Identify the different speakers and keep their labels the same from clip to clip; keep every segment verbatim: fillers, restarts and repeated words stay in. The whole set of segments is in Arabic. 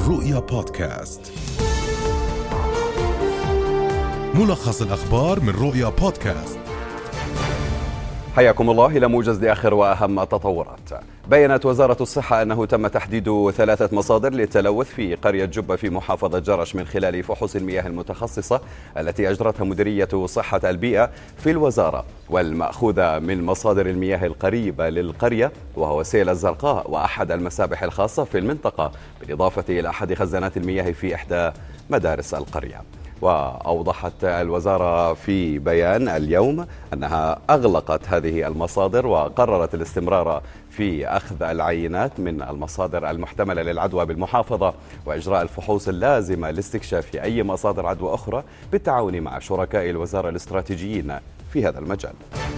Speaker 1: رؤيا بودكاست. ملخص الأخبار من رؤيا بودكاست.
Speaker 2: حياكم الله إلى موجز لآخر وأهم التطورات. بيّنت وزارة الصحة أنه تم تحديد ثلاثة مصادر للتلوث في قرية جبة في محافظة جرش من خلال فحوص المياه المتخصصة التي أجرتها مديرية صحة البيئة في الوزارة، والمأخوذة من مصادر المياه القريبة للقرية وهو سيل الزرقاء وأحد المسابح الخاصة في المنطقة، بالإضافة إلى أحد خزانات المياه في إحدى مدارس القرية. وأوضحت الوزارة في بيان اليوم أنها أغلقت هذه المصادر وقررت الاستمرار في أخذ العينات من المصادر المحتملة للعدوى بالمحافظة وإجراء الفحوص اللازمة لاستكشاف أي مصادر عدوى أخرى بالتعاون مع شركاء الوزارة الاستراتيجيين في هذا المجال.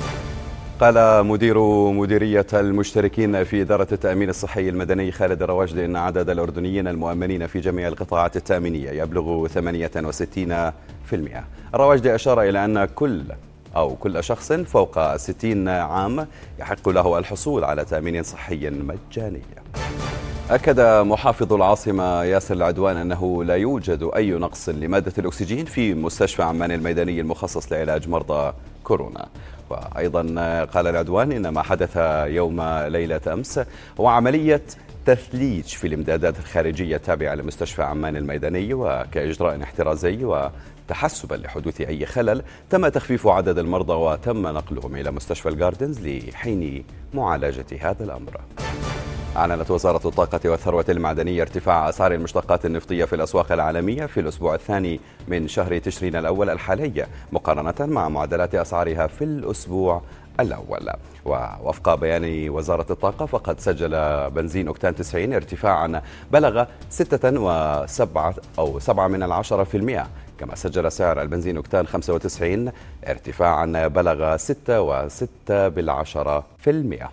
Speaker 2: قال مدير مديرية المشتركين في إدارة التأمين الصحي المدني خالد الرواجدي أن عدد الأردنيين المؤمنين في جميع القطاعات التأمينية يبلغ ثمانية وستين بالمئة. الرواجدي أشار إلى أن كل أو كل شخص فوق ستين عام يحق له الحصول على تأمين صحي مجاني. أكد محافظ العاصمة ياسر العدوان أنه لا يوجد أي نقص لمادة الأكسجين في مستشفى عمان الميداني المخصص لعلاج مرضى كورونا. وأيضا قال العدوان إن ما حدث يوم ليلة أمس هو عملية تثليج في الإمدادات الخارجية التابعة لمستشفى عمان الميداني، وكإجراء احترازي وتحسبا لحدوث أي خلل تم تخفيف عدد المرضى وتم نقلهم إلى مستشفى الجاردنز لحين معالجة هذا الأمر. أعلنت وزارة الطاقة والثروة المعدنية ارتفاع أسعار المشتقات النفطية في الأسواق العالمية في الأسبوع الثاني من شهر تشرين الأول الحالي مقارنة مع معدلات أسعارها في الأسبوع الأول. ووفق بيان وزارة الطاقة فقد سجل بنزين أوكتان تسعين ارتفاعا بلغ ستة وسبعة أو سبعة من العشرة في المئة، كما سجل سعر البنزين أوكتان خمسة وتسعين ارتفاعا بلغ ستة وستة بالعشرة في المئة.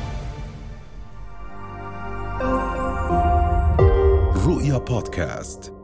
Speaker 1: رؤيا بودكاست.